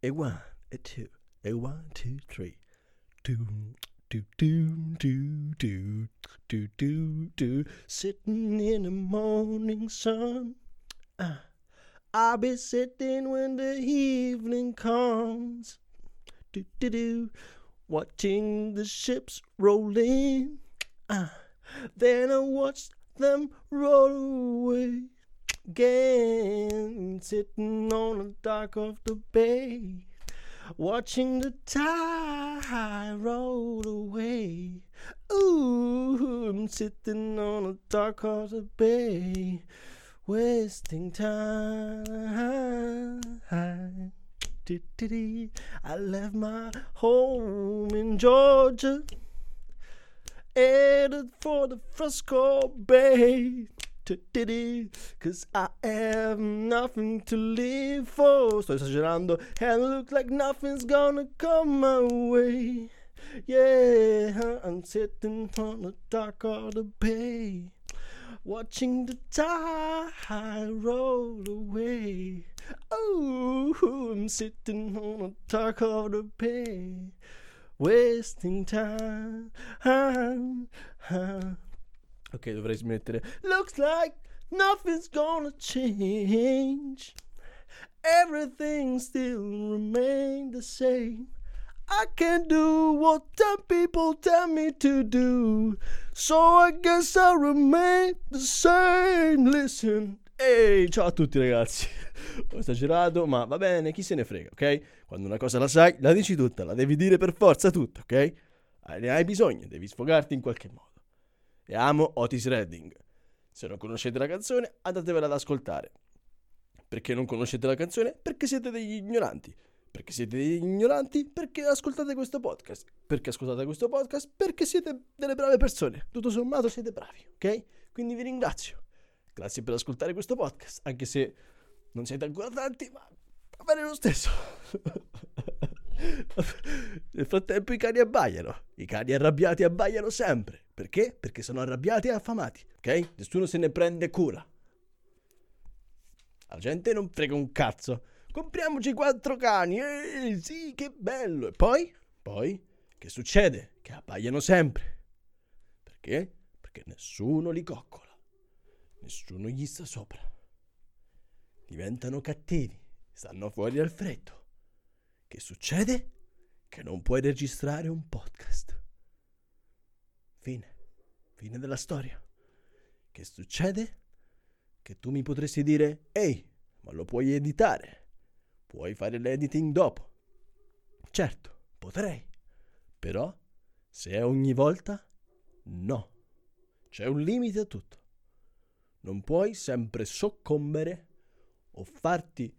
A one, a two, a 1, 2, 3. Do, do, do, do, do, do, do, do. Sitting in the morning sun. I'll be sitting when the evening comes. Do, do, do. Watching the ships roll in. Then I watch them roll away. Again, sitting on the dock of the bay, watching the tide roll away. Ooh, I'm sitting on the dock of the bay, wasting time. I left my home in Georgia, headed for the Frisco Bay. Cause I have nothing to live for. Sto esagerando. And it looks like nothing's gonna come my way. Yeah, I'm sitting on the dock of the bay, watching the tide roll away. Oh, I'm sitting on the dock of the bay, wasting time. Ok, dovrei smettere. Looks like nothing's gonna change. Everything still remain the same. I can do what the people tell me to do, so I guess I'll remain the same. Listen. Ehi, ciao a tutti ragazzi. Ho esagerato, ma va bene, chi se ne frega, ok? Quando una cosa la sai, la dici tutta, la devi dire per forza tutta, ok? Ne hai bisogno, devi sfogarti in qualche modo. E amo Otis Redding. Se non conoscete la canzone, andatevela ad ascoltare. Perché non conoscete la canzone? Perché siete degli ignoranti. Perché siete degli ignoranti? Perché ascoltate questo podcast. Perché ascoltate questo podcast? Perché siete delle brave persone. Tutto sommato siete bravi, ok? Quindi vi ringrazio. Grazie per ascoltare questo podcast. Anche se non siete ancora tanti, ma va bene lo stesso. Nel frattempo i cani abbaiano. I cani arrabbiati abbaiano sempre. Perché? Perché sono arrabbiati e affamati, ok? Nessuno se ne prende cura. La gente non frega un cazzo. Compriamoci 4 cani. Sì, che bello. E poi, che succede? Che abbaiano sempre. Perché? Perché nessuno li coccola. Nessuno gli sta sopra. Diventano cattivi. Stanno fuori al freddo. Che succede? Che non puoi registrare un podcast. Fine della storia. Che succede? Che tu mi potresti dire: ehi, ma lo puoi editare. Puoi fare l'editing dopo. Certo, potrei. Però, se è ogni volta, no. C'è un limite a tutto. Non puoi sempre soccombere o farti...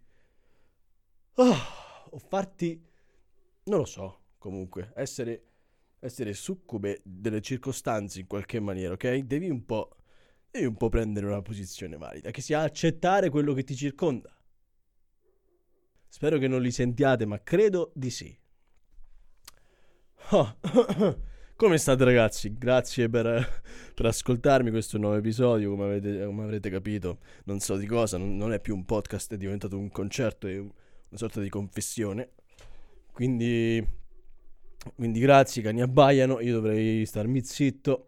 non lo so, comunque, essere succube delle circostanze in qualche maniera, ok? Devi un po' prendere una posizione valida, che sia accettare quello che ti circonda. Spero che non li sentiate, ma credo di sì. Come state ragazzi? Grazie per ascoltarmi questo nuovo episodio. Come avrete capito, non so di cosa, non è più un podcast, è diventato un concerto, è una sorta di confessione. Quindi grazie, i cani abbaiano, io dovrei starmi zitto.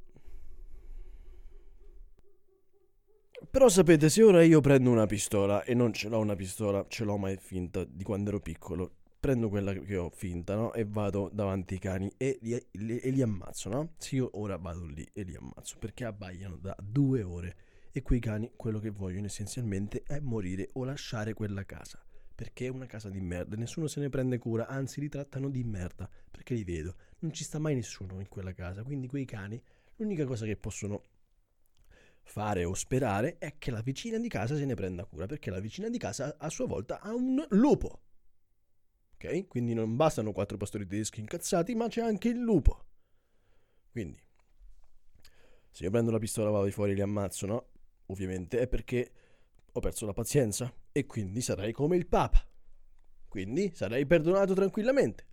Però sapete, se ora io prendo una pistola, e non ce l'ho una pistola, ce l'ho ma è finta, di quando ero piccolo, prendo quella che ho finta, no? E vado davanti ai cani e li ammazzo, no? Se io ora vado lì e li ammazzo, perché abbaiano da 2 ore, e quei cani quello che vogliono essenzialmente è morire o lasciare quella casa. Perché è una casa di merda, nessuno se ne prende cura, anzi li trattano di merda, perché li vedo, non ci sta mai nessuno in quella casa, quindi quei cani, l'unica cosa che possono fare o sperare è che la vicina di casa se ne prenda cura, perché la vicina di casa a sua volta ha un lupo, ok? Quindi non bastano 4 pastori tedeschi incazzati, ma c'è anche il lupo. Quindi se io prendo la pistola, vado di fuori e li ammazzo, no? Ovviamente è perché ho perso la pazienza e quindi sarei come il Papa. Quindi sarei perdonato tranquillamente.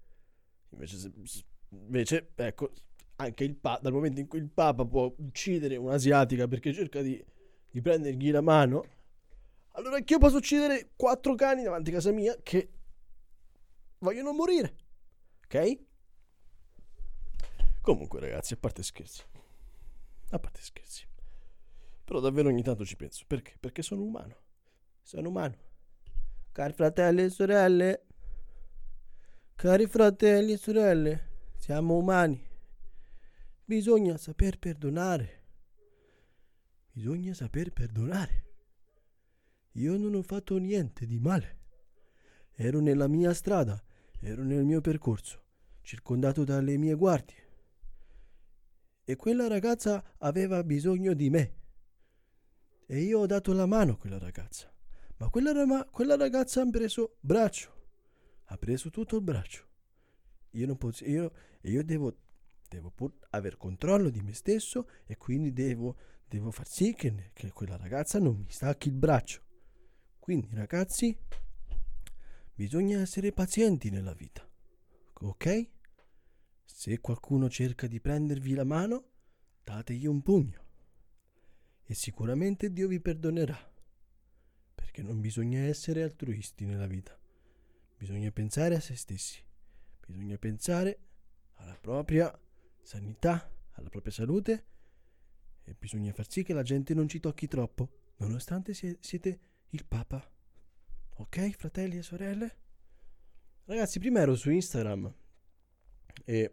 Invece ecco, anche dal momento in cui il Papa può uccidere un'asiatica perché cerca di prendergli la mano, allora anch'io posso uccidere 4 cani davanti a casa mia che vogliono morire, ok? Comunque ragazzi, a parte scherzi, però davvero ogni tanto ci penso. Perché? Perché sono umano. Cari fratelli e sorelle, siamo umani. Bisogna saper perdonare. Io non ho fatto niente di male. Ero nella mia strada, ero nel mio percorso, circondato dalle mie guardie. E quella ragazza aveva bisogno di me. E io ho dato la mano a quella ragazza. Ma quella ragazza ha preso braccio. Ha preso tutto il braccio. Io non posso. Io devo pur aver controllo di me stesso. E quindi devo far sì che quella ragazza non mi stacchi il braccio. Quindi ragazzi, bisogna essere pazienti nella vita. Ok? Se qualcuno cerca di prendervi la mano, dategli un pugno. E sicuramente Dio vi perdonerà. Perché non bisogna essere altruisti nella vita. Bisogna pensare a se stessi. Bisogna pensare alla propria sanità, alla propria salute. E bisogna far sì che la gente non ci tocchi troppo, nonostante siete il Papa. Ok, fratelli e sorelle? Ragazzi, prima ero su Instagram e...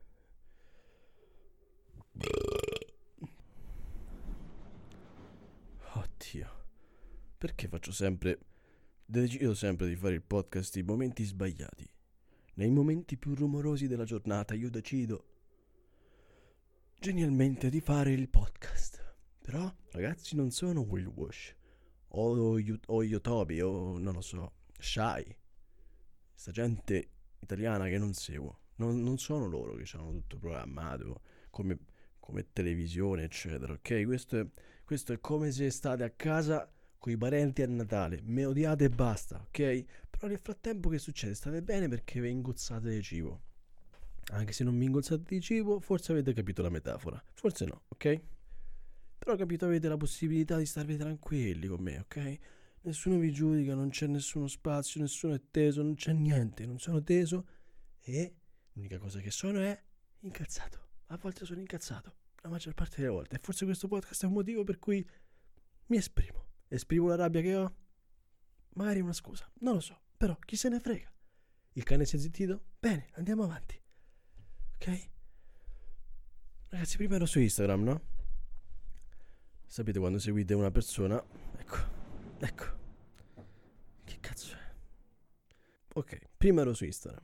Oddio. Perché decido sempre di fare il podcast in momenti sbagliati. Nei momenti più rumorosi della giornata io decido genialmente di fare il podcast. Però, ragazzi, non sono Will Wash o Yotobi o non lo so, Shy. Sta gente italiana che non seguo. Non sono loro che hanno tutto programmato come televisione, eccetera. Ok, questo è come se state a casa con i parenti a Natale, me odiate e basta, ok? Però nel frattempo che succede? State bene perché vi ingozzate di cibo. Anche se non vi ingozzate di cibo, forse avete capito la metafora. Forse no, ok? Però capito, avete la possibilità di starvi tranquilli con me, ok? Nessuno vi giudica, non c'è nessuno spazio, nessuno è teso, non c'è niente, non sono teso e l'unica cosa che sono è incazzato. A volte sono incazzato, la maggior parte delle volte. E forse questo podcast è un motivo per cui mi esprimo la rabbia che ho. Magari una scusa, non lo so, però chi se ne frega. Il cane si è zittito? Bene, andiamo avanti. Ok? Ragazzi, prima ero su Instagram, no? Sapete quando seguite una persona? Ecco. Che cazzo è? Ok, prima ero su Instagram.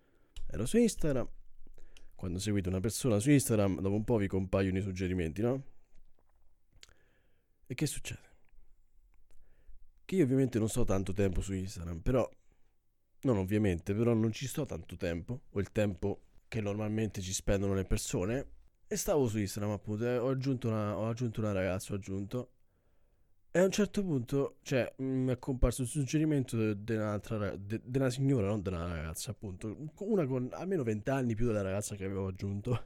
Quando seguite una persona su Instagram, dopo un po' vi compaiono i suggerimenti, no? E che succede? Che io ovviamente non sto tanto tempo su Instagram, però non ci sto tanto tempo, o il tempo che normalmente ci spendono le persone, e stavo su Instagram appunto, ho aggiunto una ragazza, e a un certo punto, mi è comparso il suggerimento della signora, non della ragazza, appunto, una con almeno 20 anni più della ragazza che avevo aggiunto.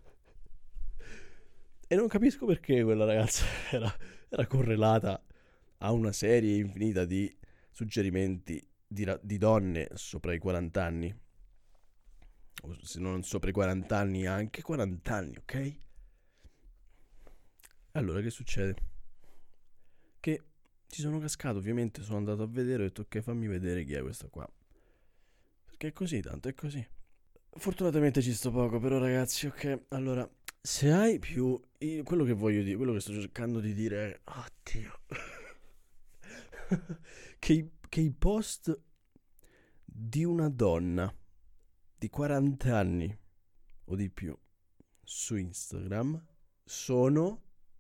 E non capisco perché quella ragazza era correlata a una serie infinita di suggerimenti di donne sopra i 40 anni. O se non sopra i 40 anni, anche 40 anni, ok? Allora, che succede? Che ci sono cascato, ovviamente sono andato a vedere e ho detto ok, fammi vedere chi è questa qua. Perché è così, tanto è così. Fortunatamente ci sto poco, però ragazzi, ok, allora, se hai più... quello che voglio dire, quello che sto cercando di dire è... Oddio... che i post di una donna di 40 anni o di più su Instagram sono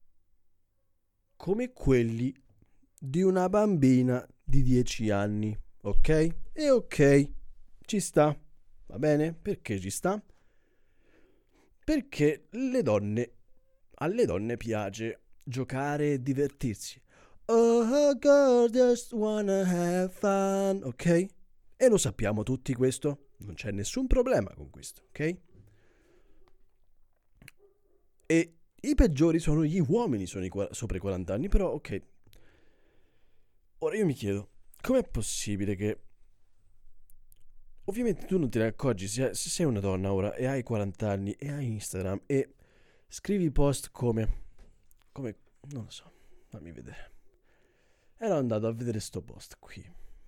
come quelli di una bambina di 10 anni, ok? E ok, ci sta, va bene? Perché ci sta? Perché alle donne piace giocare e divertirsi. Oh, girl, just wanna have fun, ok? E lo sappiamo tutti questo, non c'è nessun problema con questo, ok? E i peggiori sono gli uomini sopra i 40 anni, però ok. Ora io mi chiedo, com'è possibile che ovviamente tu non te ne accorgi se sei una donna ora e hai 40 anni e hai Instagram e scrivi post come non lo so, fammi vedere. Ero andato a vedere sto post qui.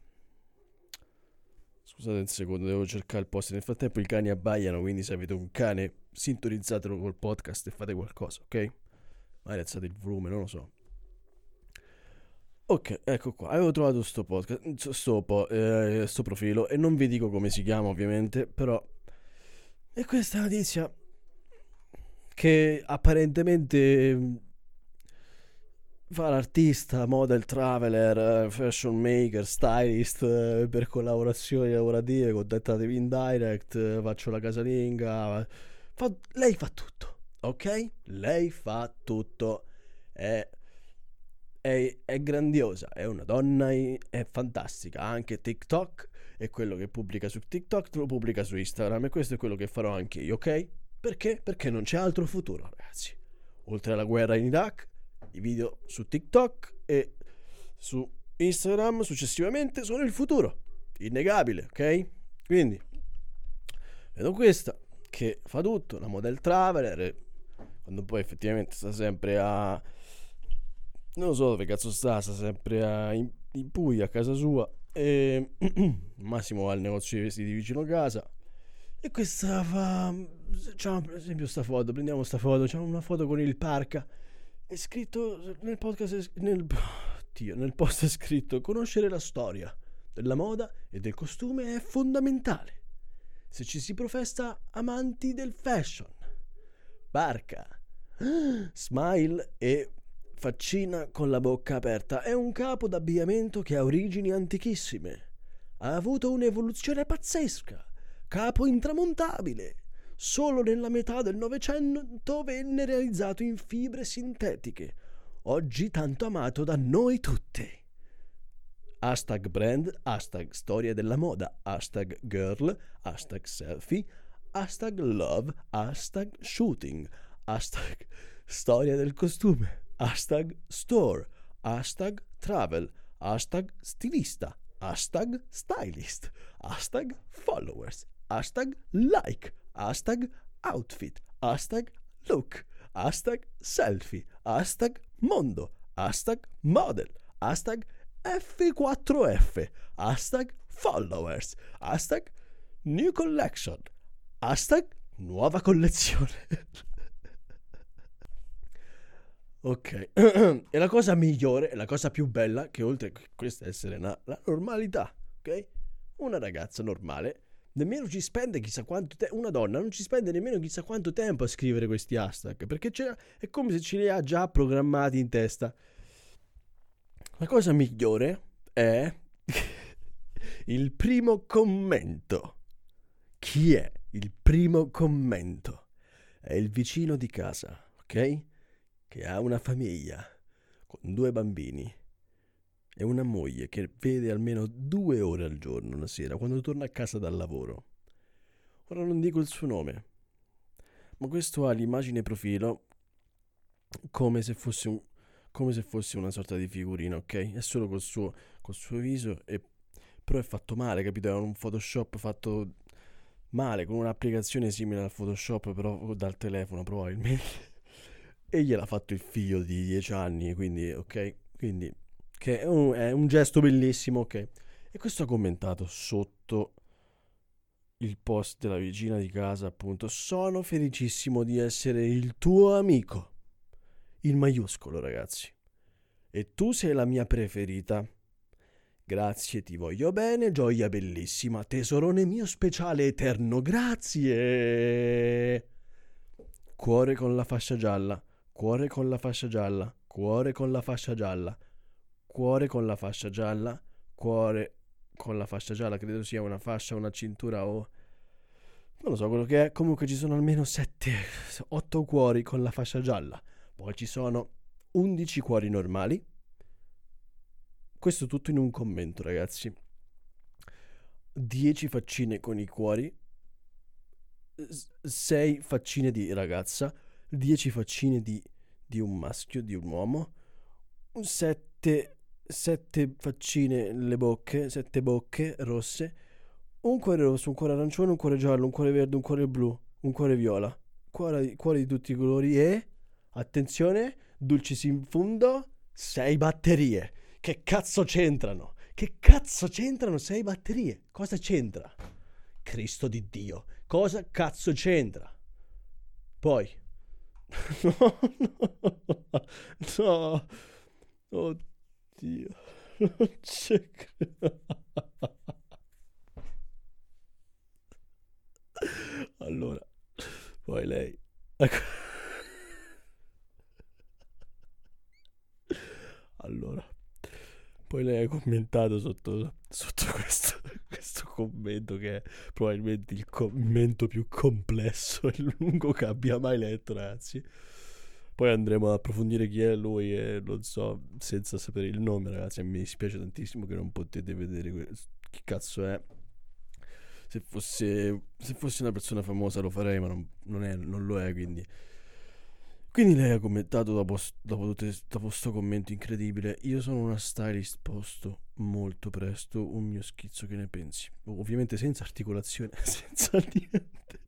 Scusate un secondo, devo cercare il post. Nel frattempo i cani abbaiano, quindi se avete un cane sintonizzatelo col podcast e fate qualcosa, ok? Magari alzate il volume, non lo so. Ok, ecco qua, avevo trovato sto podcast, sto profilo e non vi dico come si chiama ovviamente, però è questa notizia che apparentemente fa l'artista, model, traveler, fashion maker, stylist, per collaborazioni lavorative, contattatevi in direct, faccio la casalinga, lei fa tutto, ok? Lei fa tutto, è grandiosa, è una donna, è fantastica, ha anche TikTok e quello che pubblica su TikTok lo pubblica su Instagram e questo è quello che farò anche io, ok? Perché? Perché non c'è altro futuro, ragazzi. Oltre alla guerra in Iraq, i video su TikTok e su Instagram successivamente sono il futuro, innegabile, ok? Quindi vedo questa che fa tutto, la model traveler, quando poi effettivamente sta sempre a... non lo so dove cazzo sta sempre in Puglia, a casa sua, e Massimo va al negozio di vestiti vicino a casa. E questa fa... c'ha per esempio sta foto, prendiamo sta foto, c'è una foto con il Parca. È scritto nel podcast, nel post è scritto: conoscere la storia della moda e del costume è fondamentale se ci si professa amanti del fashion. Barca, smile e faccina con la bocca aperta è un capo d'abbigliamento che ha origini antichissime. Ha avuto un'evoluzione pazzesca, capo intramontabile. Solo nella metà del Novecento venne realizzato in fibre sintetiche, oggi tanto amato da noi tutti. Hashtag brand, hashtag storia della moda, hashtag girl, hashtag selfie, hashtag love, hashtag shooting, hashtag storia del costume, hashtag store, hashtag travel, hashtag stilista, hashtag stylist, hashtag followers, hashtag like, hashtag outfit, hashtag look, hashtag selfie, hashtag mondo, hashtag model, hashtag F4F, hashtag followers, hashtag new collection, hashtag nuova collezione. Ok, e la cosa migliore, la cosa più bella, che oltre a questa essere la normalità, ok? Una ragazza normale nemmeno ci spende chissà quanto tempo, una donna non ci spende nemmeno chissà quanto tempo a scrivere questi hashtag, perché è come se ce li ha già programmati in testa. La cosa migliore è il primo commento. Chi è il primo commento? È il vicino di casa, ok? Che ha una famiglia con 2 bambini e una moglie che vede almeno 2 ore al giorno la sera quando torna a casa dal lavoro. Ora non dico il suo nome, ma questo ha l'immagine profilo come se fosse una sorta di figurina, ok? È solo col suo viso, però è fatto male, capito? È un Photoshop fatto male, con un'applicazione simile al Photoshop, però dal telefono probabilmente. E gliel'ha fatto il figlio di 10 anni, quindi, ok? Quindi, che è un gesto bellissimo, ok? E questo ha commentato sotto il post della vicina di casa, appunto: sono felicissimo di essere il tuo amico. In maiuscolo, ragazzi. E tu sei la mia preferita. Grazie, ti voglio bene, gioia bellissima, tesorone mio speciale eterno, grazie. Cuore con la fascia gialla, cuore con la fascia gialla, cuore con la fascia gialla, cuore con la fascia gialla, cuore con la fascia gialla, credo sia una fascia, una cintura o... non lo so quello che è, comunque ci sono almeno 8 cuori con la fascia gialla, poi ci sono 11 cuori normali. Questo tutto in un commento, ragazzi. 10 faccine con i cuori, 6 faccine di ragazza, 10 faccine di un maschio, di un uomo, 7 faccine le bocche, 7 bocche rosse, un cuore rosso, un cuore arancione, un cuore giallo, un cuore verde, un cuore blu, un cuore viola, cuori di tutti i colori e, attenzione, dulcis in fundo, 6 batterie. Che cazzo c'entrano? Che cazzo c'entrano 6 batterie? Cosa c'entra? Cristo di Dio, cosa cazzo c'entra? Poi, no, oddio, non c'è. Allora, poi lei. Allora, poi lei ha commentato sotto questo commento che è probabilmente il commento più complesso e lungo che abbia mai letto, ragazzi. Poi andremo ad approfondire chi è lui e non so, senza sapere il nome, ragazzi. Mi dispiace tantissimo che non potete vedere chi cazzo è. Se fosse una persona famosa lo farei, ma non lo è, quindi lei ha commentato dopo questo commento incredibile: io sono una stylist, posto molto presto un mio schizzo, che ne pensi? Ovviamente senza articolazione, senza niente.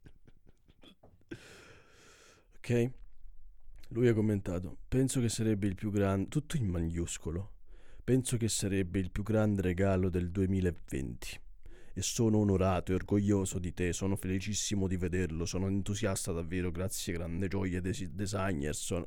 Ok? Lui ha commentato: penso che sarebbe il più grande, tutto in maiuscolo, penso che sarebbe il più grande regalo del 2020. E sono onorato e orgoglioso di te, sono felicissimo di vederlo, sono entusiasta davvero, grazie grande gioia designer, sono...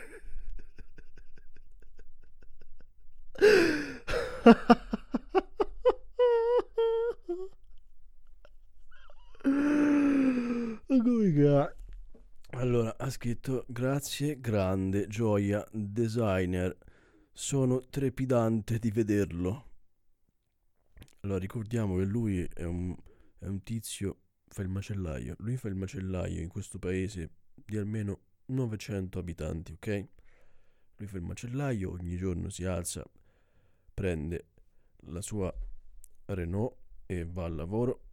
Allora, ha scritto: grazie grande gioia designer, sono trepidante di vederlo. Allora, ricordiamo che lui è un tizio, fa il macellaio. Lui fa il macellaio in questo paese di almeno 900 abitanti, ok? Lui fa il macellaio, ogni giorno si alza, prende la sua Renault e va al lavoro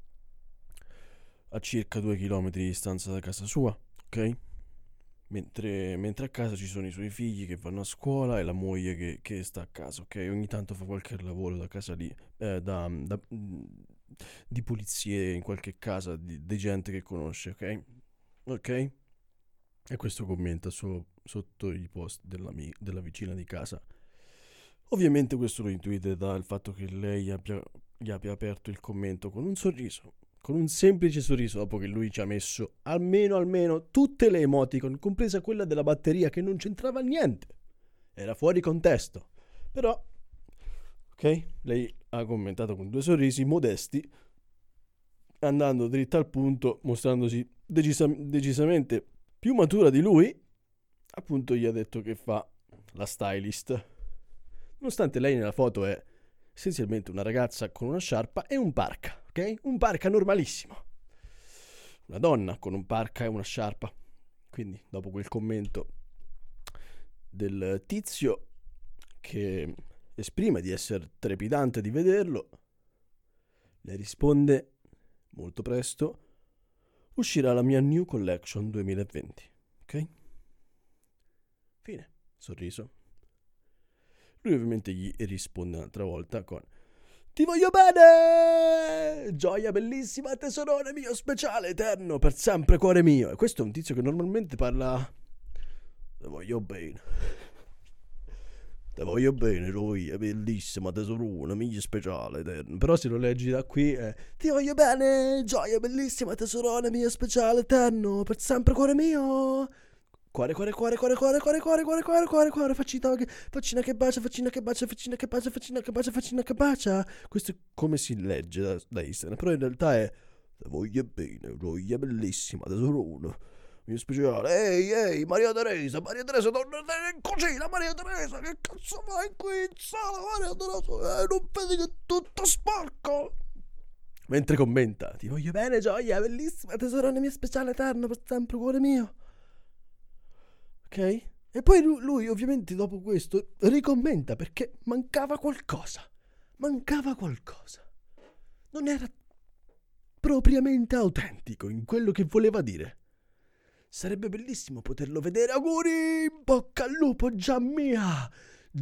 a circa 2 chilometri di distanza da casa sua, ok? Mentre a casa ci sono i suoi figli che vanno a scuola e la moglie che sta a casa, ok? Ogni tanto fa qualche lavoro da casa lì, di pulizie in qualche casa di gente che conosce, ok? Ok? E questo commenta sotto i post della vicina di casa. Ovviamente questo lo intuite dal fatto che lei gli abbia aperto il commento con un sorriso. Con un semplice sorriso, dopo che lui ci ha messo almeno tutte le emoticon, compresa quella della batteria che non c'entrava niente. Era fuori contesto. Però, ok? Lei ha commentato con 2 sorrisi modesti, andando dritta al punto, mostrandosi decisamente più matura di lui. Appunto gli ha detto che fa la stylist. Nonostante lei nella foto è essenzialmente una ragazza con una sciarpa e un parka. Ok? Un parka normalissimo. Una donna con un parka e una sciarpa. Quindi, dopo quel commento del tizio che esprime di essere trepidante di vederlo, le risponde: molto presto uscirà la mia New Collection 2020. Ok? Fine. Sorriso. Lui ovviamente gli risponde un'altra volta con: ti voglio bene! Gioia bellissima, tesorone mio speciale, eterno, per sempre cuore mio. E questo è un tizio che normalmente parla: ti voglio bene. Ti voglio bene, gioia bellissima, tesorone mio speciale, eterno. Però se lo leggi da qui è: ti voglio bene, gioia bellissima, tesorone mio speciale, eterno, per sempre cuore mio. Cuore, faccina che bacia, faccina che bacia, faccina che bacia, faccina che bacia, faccina che bacia. Questo è come si legge da Instagram, però in realtà è: voglio bene, gioia bellissima, tesorone mio speciale. Ehi, Maria Teresa, torna in cucina, Maria Teresa, che cazzo fai qui in sala, Maria Teresa? Non vedi che è tutto sporco? Mentre commenta: ti voglio bene, gioia bellissima, tesorone mio speciale, eterno, per sempre cuore mio. Ok? E poi lui ovviamente dopo questo ricommenta perché mancava qualcosa. Non era propriamente autentico in quello che voleva dire. Sarebbe bellissimo poterlo vedere. Auguri, in bocca al lupo, già mia.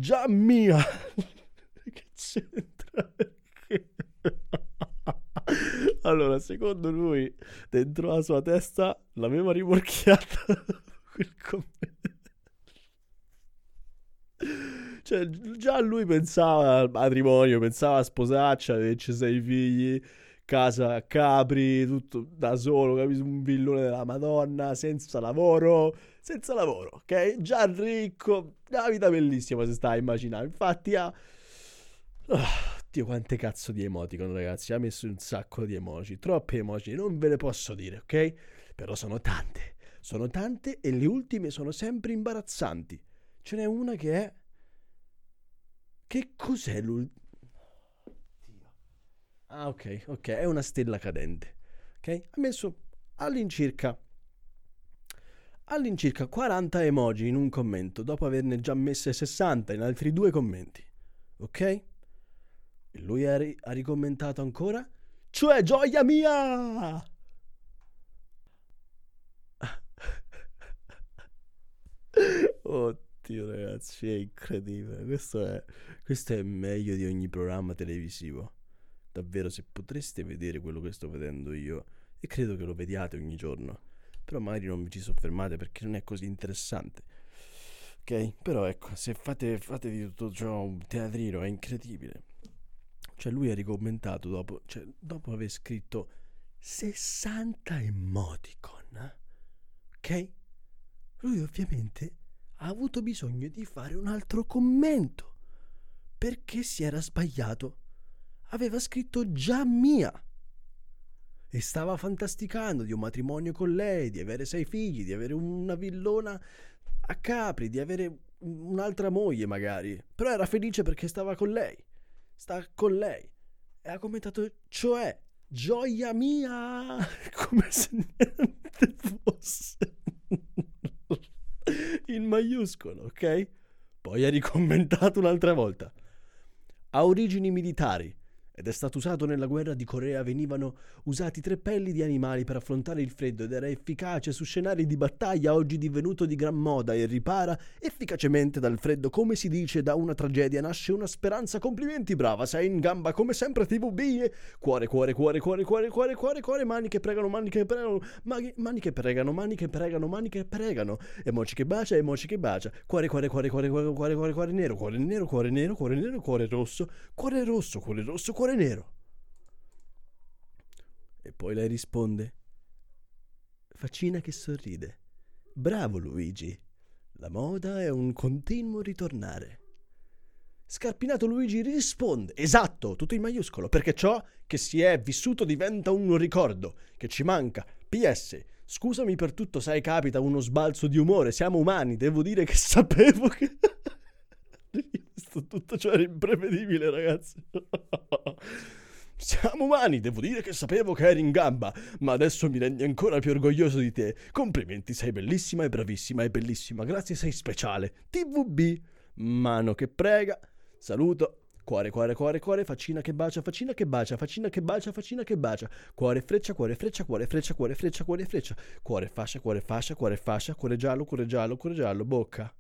Che c'entra? Allora, secondo lui, dentro la sua testa l'aveva rimorchiata quel commento. Cioè, già lui pensava al matrimonio, pensava a sposarci, averci 6 figli, casa a Capri, tutto da solo, capito? Un villone della Madonna, senza lavoro, ok? Già ricco, una vita bellissima si sta a immaginare. Infatti Dio, quante cazzo di emoticon, ragazzi. Ha messo un sacco di emoji, troppe emoji, non ve le posso dire, ok? Però sono tante e le ultime sono sempre imbarazzanti. Ce n'è una che è... Che cos'è l'ultima? Ah, ok, è una stella cadente. Ok? Ha messo all'incirca 40 emoji in un commento, dopo averne già messe 60 in altri 2 commenti. Ok? E lui ha ricommentato ancora, cioè gioia mia! Oddio, ragazzi, è incredibile. Questo è meglio di ogni programma televisivo. Davvero, se potreste vedere quello che sto vedendo io, e credo che lo vediate ogni giorno, però magari non vi ci soffermate perché non è così interessante. Ok? Però ecco, se fate di tutto ciò un teatrino, è incredibile. Cioè lui ha ricommentato dopo aver scritto 60 emoticon, ok? Lui ovviamente ha avuto bisogno di fare un altro commento perché si era sbagliato. Aveva scritto già mia e stava fantasticando di un matrimonio con lei, di avere 6 figli, di avere una villona a Capri, di avere un'altra moglie magari, però era felice perché stava con lei, sta con lei, e ha commentato cioè gioia mia, come se niente fosse in maiuscolo, ok? Poi ha ricommentato un'altra volta, ha origini militari ed è stato usato nella guerra di Corea. Venivano usati 3 pelli di animali per affrontare il freddo ed era efficace su scenari di battaglia oggi divenuto di gran moda e ripara efficacemente dal freddo. Come si dice, da una tragedia nasce una speranza. Complimenti, brava, sei in gamba come sempre TVB. Cuore, cuore, cuore, cuore, cuore, cuore, cuore, cuore, mani che pregano, mani che pregano, mani che pregano, mani che pregano, mani che pregano. Emoji che bacia, cuore, cuore, cuore, cuore, cuore, cuore, cuore, cuore nero, cuore nero, cuore nero, cuore nero, cuore rosso, cuore rosso, cuore rosso, cuore nero. E poi lei risponde, faccina che sorride. Bravo Luigi, la moda è un continuo ritornare. Scarpinato Luigi risponde, esatto, tutto in maiuscolo, perché ciò che si è vissuto diventa un ricordo, che ci manca. PS, scusami per tutto, sai, capita uno sbalzo di umore, siamo umani, devo dire che sapevo che... Tutto ciò era imprevedibile, ragazzi. Siamo umani, devo dire che sapevo che eri in gamba, ma adesso mi rendi ancora più orgoglioso di te. Complimenti, sei bellissima e bravissima e bellissima, grazie, sei speciale. TVB, mano che prega, saluto. Cuore, cuore, cuore, cuore, faccina che bacia, faccina che bacia, faccina che bacia, faccina che bacia. Cuore, freccia, cuore, freccia, cuore, freccia, cuore, freccia, cuore, freccia. Cuore, fascia, cuore, fascia, cuore, fascia, cuore giallo, cuore giallo, cuore giallo, bocca.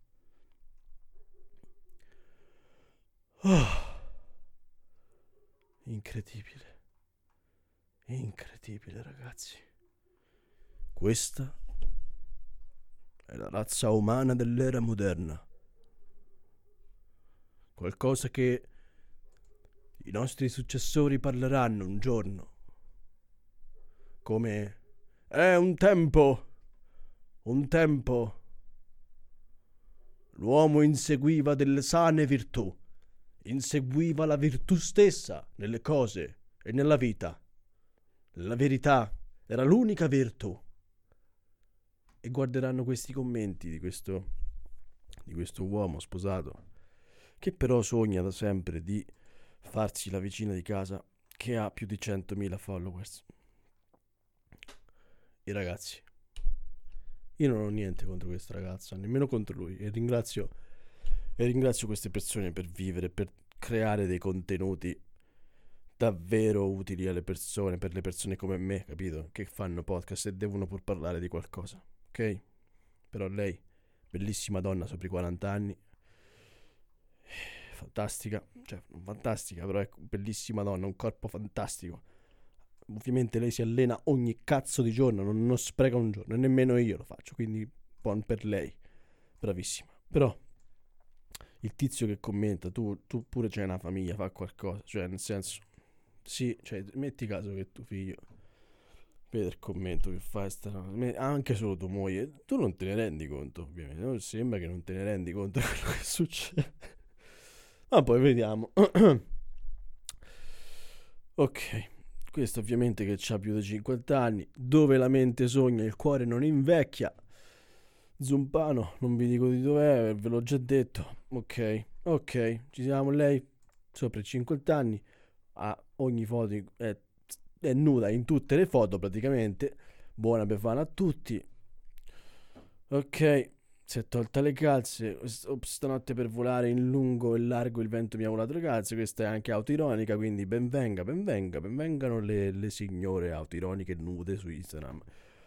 Oh, incredibile. Incredibile, ragazzi. Questa è la razza umana dell'era moderna. Qualcosa che i nostri successori parleranno un giorno. Come è un tempo l'uomo inseguiva delle sane virtù, inseguiva la virtù stessa nelle cose e nella vita. La verità era l'unica virtù. E guarderanno questi commenti di questo uomo sposato, che però sogna da sempre di farsi la vicina di casa che ha più di 100.000 followers. E ragazzi, io non ho niente contro questa ragazza, nemmeno contro lui, e ringrazio queste persone per vivere, per creare dei contenuti davvero utili alle persone, per le persone come me, capito? Che fanno podcast e devono pur parlare di qualcosa, ok? Però lei, bellissima donna sopra i 40 anni, fantastica, cioè non fantastica, però è bellissima donna, un corpo fantastico, ovviamente lei si allena ogni cazzo di giorno, non spreca un giorno, e nemmeno io lo faccio, quindi buon per lei, bravissima. Però il tizio che commenta, tu pure c'hai una famiglia, fa qualcosa, cioè nel senso, sì, cioè metti caso che tuo figlio vede il commento che fai, anche solo tua moglie, tu non te ne rendi conto, ovviamente, non sembra che non te ne rendi conto di quello che succede. Ma poi vediamo. Ok, questo ovviamente che ha più di 50 anni, dove la mente sogna, il cuore non invecchia. Zumpano, non vi dico di dov'è, ve l'ho già detto. Ok, ci siamo, lei sopra i 50 anni, ha ogni foto, è nuda in tutte le foto praticamente, buona befana a tutti. Ok, si è tolta le calze. Stanotte per volare in lungo e largo il vento mi ha volato le calze. Questa è anche autoironica, quindi benvengano le signore autoironiche nude su Instagram.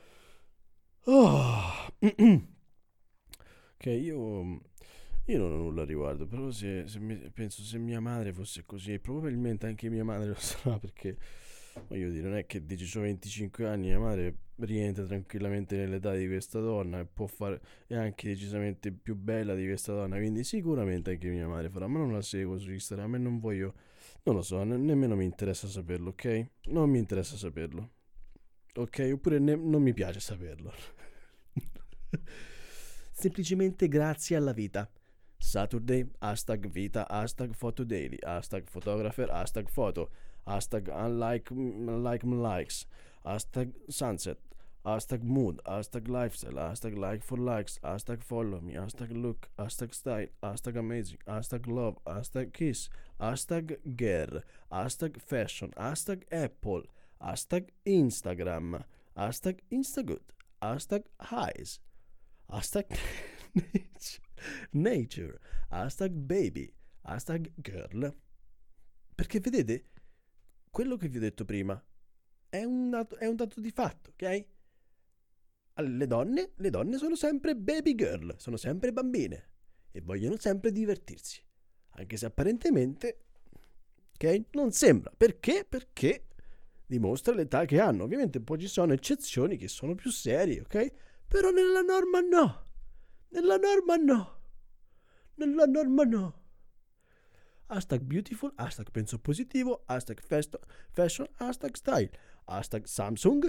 Oh. Ok, io non ho nulla a riguardo, però penso se mia madre fosse così, probabilmente anche mia madre lo sarà, perché voglio dire, non è che dici ho 25 anni, mia madre rientra tranquillamente nell'età di questa donna e può fare, è anche decisamente più bella di questa donna, quindi sicuramente anche mia madre farà, ma non la seguo su Instagram e non voglio, non lo so, nemmeno mi interessa saperlo, ok? Non mi interessa saperlo, ok? Oppure non mi piace saperlo. Semplicemente grazie alla vita. Saturday, hashtag vita, hashtag photo daily, hashtag photographer, hashtag photo, hashtag unlike likes, hashtag sunset, hashtag mood, hashtag lifestyle, hashtag like for likes, hashtag follow me, hashtag look, hashtag style, hashtag amazing, hashtag love, hashtag kiss, hashtag girl, hashtag fashion, hashtag apple, hashtag Instagram, hashtag instagood, hashtag highs, hashtag nature, hashtag baby, hashtag girl. Perché vedete, quello che vi ho detto prima è un dato di fatto, ok? Le donne sono sempre baby girl, sono sempre bambine e vogliono sempre divertirsi, anche se apparentemente, ok, non sembra. Perché? Perché dimostra l'età che hanno. Ovviamente poi ci sono eccezioni che sono più serie, ok? Però nella norma no. Nella norma no. Nella norma no. Hashtag beautiful, hashtag penso positivo, hashtag fashion, hashtag style, hashtag Samsung,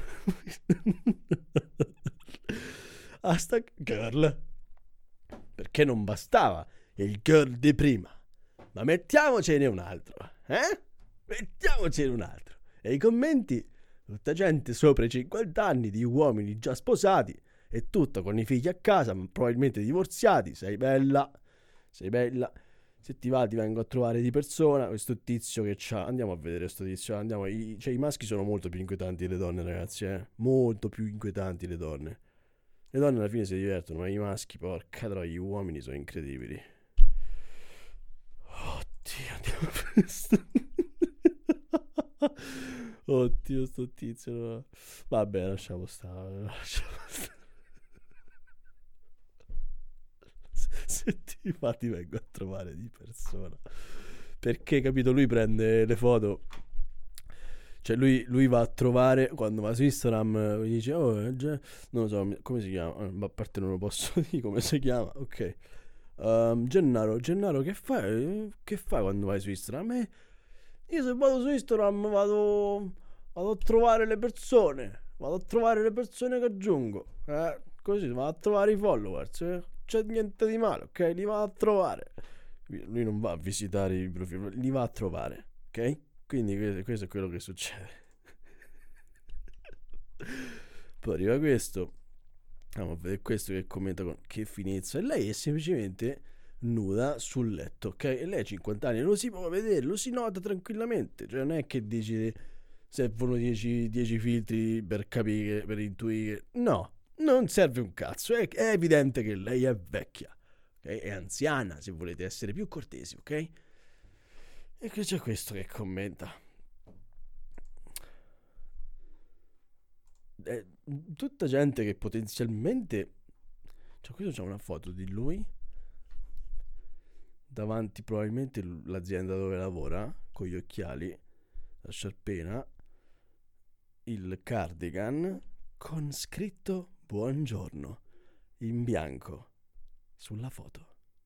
hashtag girl. Perché non bastava il girl di prima. Ma mettiamocene un altro, eh? Mettiamocene un altro. E i commenti, tutta gente sopra i 50 anni, di uomini già sposati, e tutto con i figli a casa, ma probabilmente divorziati. Sei bella, sei bella. Se ti va ti vengo a trovare di persona. Questo tizio che c'ha, andiamo a vedere sto tizio, andiamo, cioè i maschi sono molto più inquietanti delle donne, ragazzi, molto più inquietanti le donne. Le donne alla fine si divertono, ma i maschi, porca troia, gli uomini sono incredibili. Oddio, andiamo a questo. Oddio, sto tizio, no. Vabbè, lasciamo stare. Se ti va ti vengo a trovare di persona. Perché, capito, lui prende le foto. Cioè lui va a trovare, quando va su Instagram, gli dice, oh, non lo so, come si chiama? Ma a parte non lo posso dire come si chiama, ok. Gennaro, che fai? Che fai quando vai su Instagram? Io se vado su Instagram vado a trovare le persone. Vado a trovare le persone che aggiungo. Così vado a trovare i followers. C'è niente di male, ok? Li va a trovare. Lui non va a visitare i profili, li va a trovare, ok? Quindi questo è quello che succede. Poi arriva questo. Andiamo a vedere questo che commenta con che finezza. E lei è semplicemente nuda sul letto, ok? E lei ha 50 anni, lo si può vedere, lo si nota tranquillamente. Cioè non è che dici servono 10 filtri per capire, per intuire. No, non serve un cazzo. È evidente che lei è vecchia, okay? È anziana, se volete essere più cortesi, ok? E qui c'è questo che commenta. È tutta gente che potenzialmente, cioè, questo c'è una foto di lui davanti probabilmente l'azienda dove lavora, con gli occhiali, la sciarpena, il cardigan con scritto buongiorno in bianco sulla foto.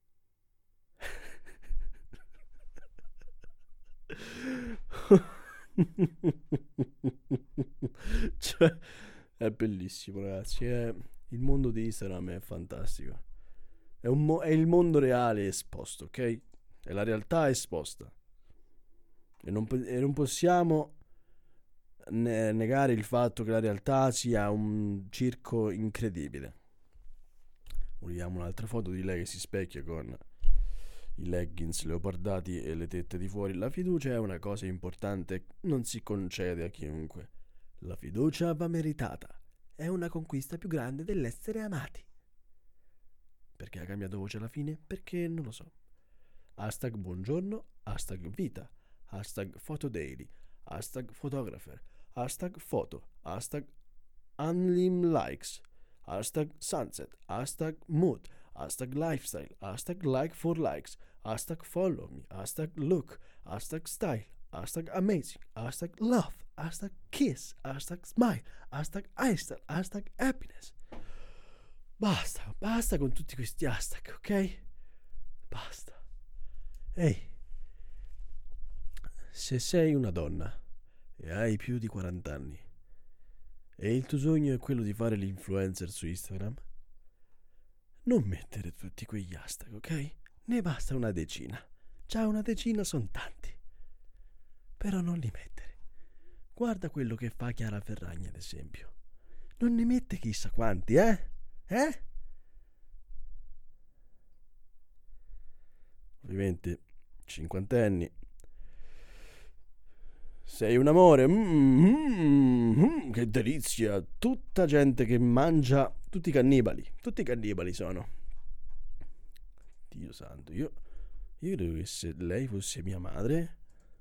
Cioè, è bellissimo, ragazzi. Il mondo di Instagram è fantastico. È il mondo reale esposto, ok? È la realtà esposta. E non possiamo negare il fatto che la realtà sia un circo incredibile. Vogliamo un'altra foto di lei che si specchia con i leggings leopardati e le tette di fuori. La fiducia è una cosa importante, non si concede a chiunque. La fiducia va meritata. È una conquista più grande dell'essere amati. Perché ha cambiato voce alla fine? Perché non lo so. Hashtag buongiorno, hashtag vita, hashtag fotodaily, hashtag photographer, hashtag foto, hashtag unlim likes, hashtag sunset, hashtag mood, hashtag lifestyle, hashtag like for likes, hashtag follow me, hashtag look, hashtag style, hashtag amazing, hashtag love, hashtag kiss, hashtag smile, hashtag hairstyle, hashtag happiness. Basta con tutti questi hashtag, ok? Basta. Ehi, se sei una donna e hai più di 40 anni e il tuo sogno è quello di fare l'influencer su Instagram, non mettere tutti quegli hashtag, ok? Ne basta una decina. Già una decina sono tanti. Però non li mettere. Guarda quello che fa Chiara Ferragni, ad esempio. Non ne mette chissà quanti, eh? Ovviamente, cinquantenni. Sei un amore. Che delizia. Tutta gente che mangia. Tutti cannibali. Tutti cannibali sono. Dio santo. Io credo che se lei fosse mia madre.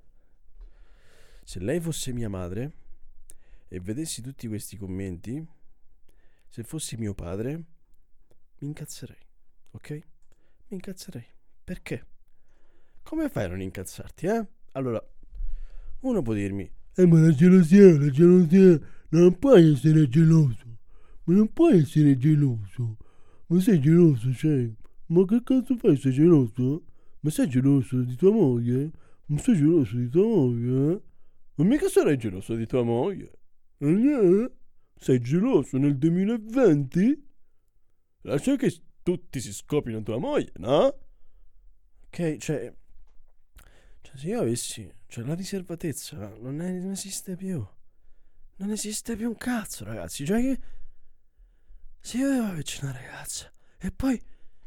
Se lei fosse mia madre e vedessi tutti questi commenti, se fossi mio padre, mi incazzerei. Ok? Mi incazzerei. Perché? Come fai a non incazzarti, eh? Allora, uno può dirmi: ma la gelosia, non puoi essere geloso. Ma non puoi essere geloso. Ma sei geloso, cioè? Ma che cazzo fai, sei geloso? Ma sei geloso di tua moglie? Ma sei geloso di tua moglie? Ma mica sarai geloso di tua moglie? Sei geloso nel 2020? Lascia che tutti si scopino tua moglie, no? Ok, cioè se io avessi, cioè la riservatezza non esiste più. Non esiste più un cazzo, ragazzi. Cioè che se io devo averci una ragazza e poi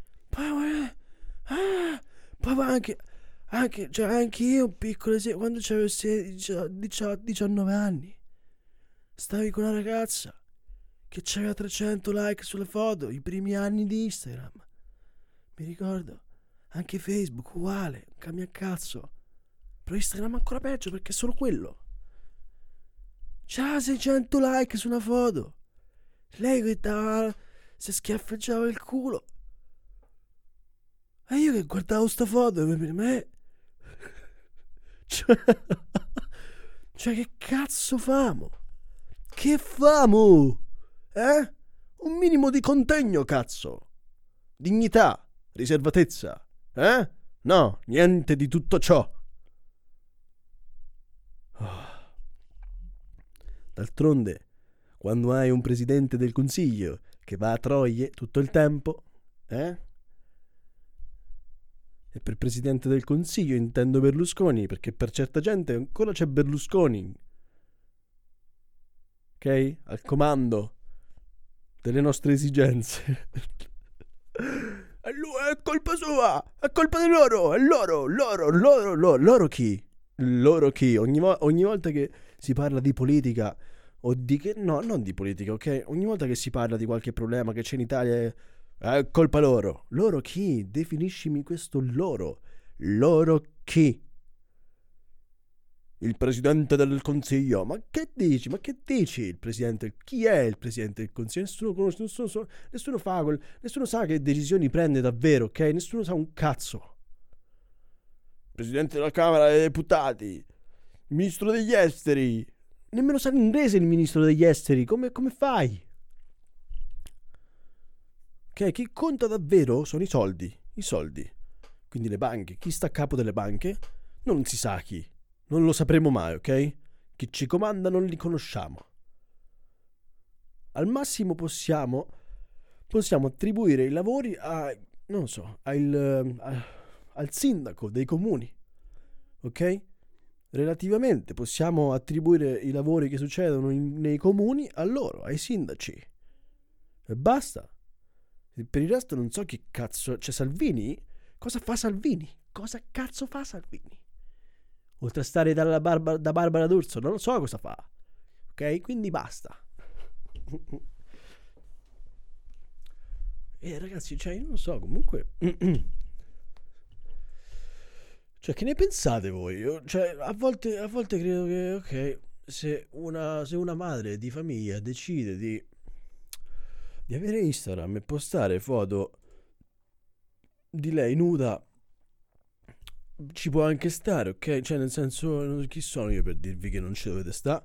anche io piccolo, quando avevo 19 anni, stavi con una ragazza che c'aveva 300 like sulle foto, i primi anni di Instagram. Mi ricordo. Anche Facebook uguale, cambia cazzo. Però Instagram è ancora peggio perché è solo quello. C'ha 600 like su una foto. Lei che si schiaffeggiava il culo. E io che guardavo sta foto per me. Cioè che cazzo famo? Che famo? Un minimo di contegno, cazzo. Dignità, riservatezza. No, niente di tutto ciò. D'altronde, quando hai un presidente del consiglio che va a troie tutto il tempo, e per presidente del consiglio intendo Berlusconi, perché per certa gente ancora c'è Berlusconi, ok? Al comando delle nostre esigenze. È colpa sua, è colpa di loro, è loro chi? Loro chi? Ogni volta che si parla di politica o di che, no, non di politica, ok? Ogni volta che si parla di qualche problema che c'è in Italia è colpa loro. Loro chi? Definiscimi questo loro. Loro chi? Il presidente del consiglio. Ma che dici? Il presidente? Chi è il presidente del consiglio? Nessuno conosce, nessuno sa che decisioni prende davvero, ok? Nessuno sa un cazzo. Presidente della Camera dei Deputati, ministro degli Esteri, nemmeno sa l'inglese il ministro degli esteri, come fai? Ok, chi conta davvero sono i soldi. Quindi le banche, chi sta a capo delle banche non si sa chi, non lo sapremo mai, ok? Chi ci comanda non li conosciamo. Al massimo possiamo attribuire i lavori al sindaco dei comuni, ok? Relativamente possiamo attribuire i lavori che succedono nei comuni a loro, ai sindaci, e basta. Per il resto non so che cazzo. C'è Salvini? Cosa fa Salvini? Cosa cazzo fa Salvini? Oltre a stare da Barbara D'Urso, non lo so cosa fa. Ok? Quindi basta. Ragazzi, cioè, io non so, comunque. Cioè, che ne pensate voi? Cioè, a volte credo che, ok, se una madre di famiglia decide di avere Instagram e postare foto di lei nuda, ci può anche stare, ok? Cioè, nel senso, chi sono io per dirvi che non ci dovete stare?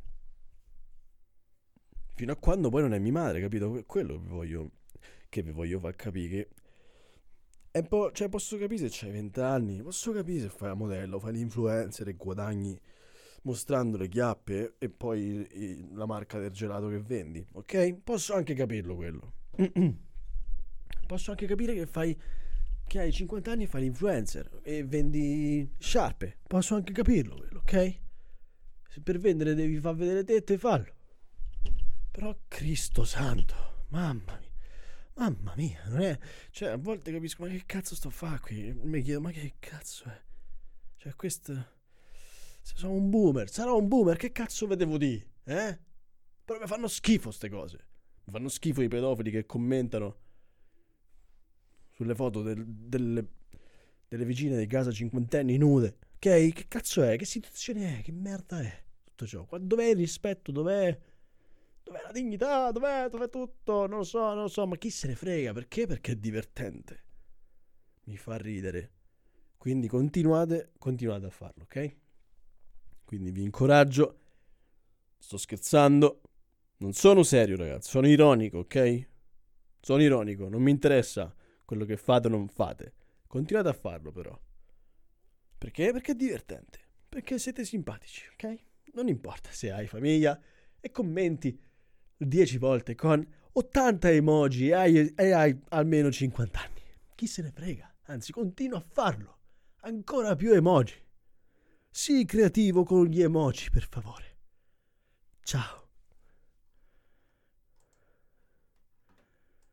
Fino a quando poi non è mia madre, capito? Quello che vi voglio far capire, che è un po', cioè, posso capire se c'hai 20 anni, posso capire se fai la modello, fai l'influencer e guadagni mostrando le chiappe e poi la marca del gelato che vendi, ok? Posso anche capirlo quello. Posso anche capire che hai 50 anni e fai l'influencer e vendi sciarpe. Posso anche capirlo quello, ok? Se per vendere devi far vedere tette, fallo. Però Cristo santo, mamma mia, non è. Cioè, a volte capisco, ma che cazzo sto a fare qui? Mi chiedo, ma che cazzo è? Cioè, questo. Se sono un boomer, sarò un boomer, che cazzo vedevo di? Però mi fanno schifo ste cose. Mi fanno schifo i pedofili che commentano sulle foto delle vicine di casa cinquantenni nude. Ok? Che cazzo è? Che situazione è? Che merda è? Tutto ciò. Dov'è il rispetto? Dov'è la dignità? Dov'è tutto? Non lo so, ma chi se ne frega? Perché? Perché è divertente. Mi fa ridere. Quindi continuate a farlo, ok? Quindi vi incoraggio. Sto scherzando. Non sono serio, ragazzi. Sono ironico, ok? Sono ironico. Non mi interessa quello che fate o non fate. Continuate a farlo, però. Perché? Perché è divertente. Perché siete simpatici, ok? Non importa se hai famiglia e commenti 10 volte con 80 emoji e hai almeno 50 anni. Chi se ne frega? Anzi, continua a farlo. Ancora più emoji. Sii creativo con gli emoji, per favore. Ciao.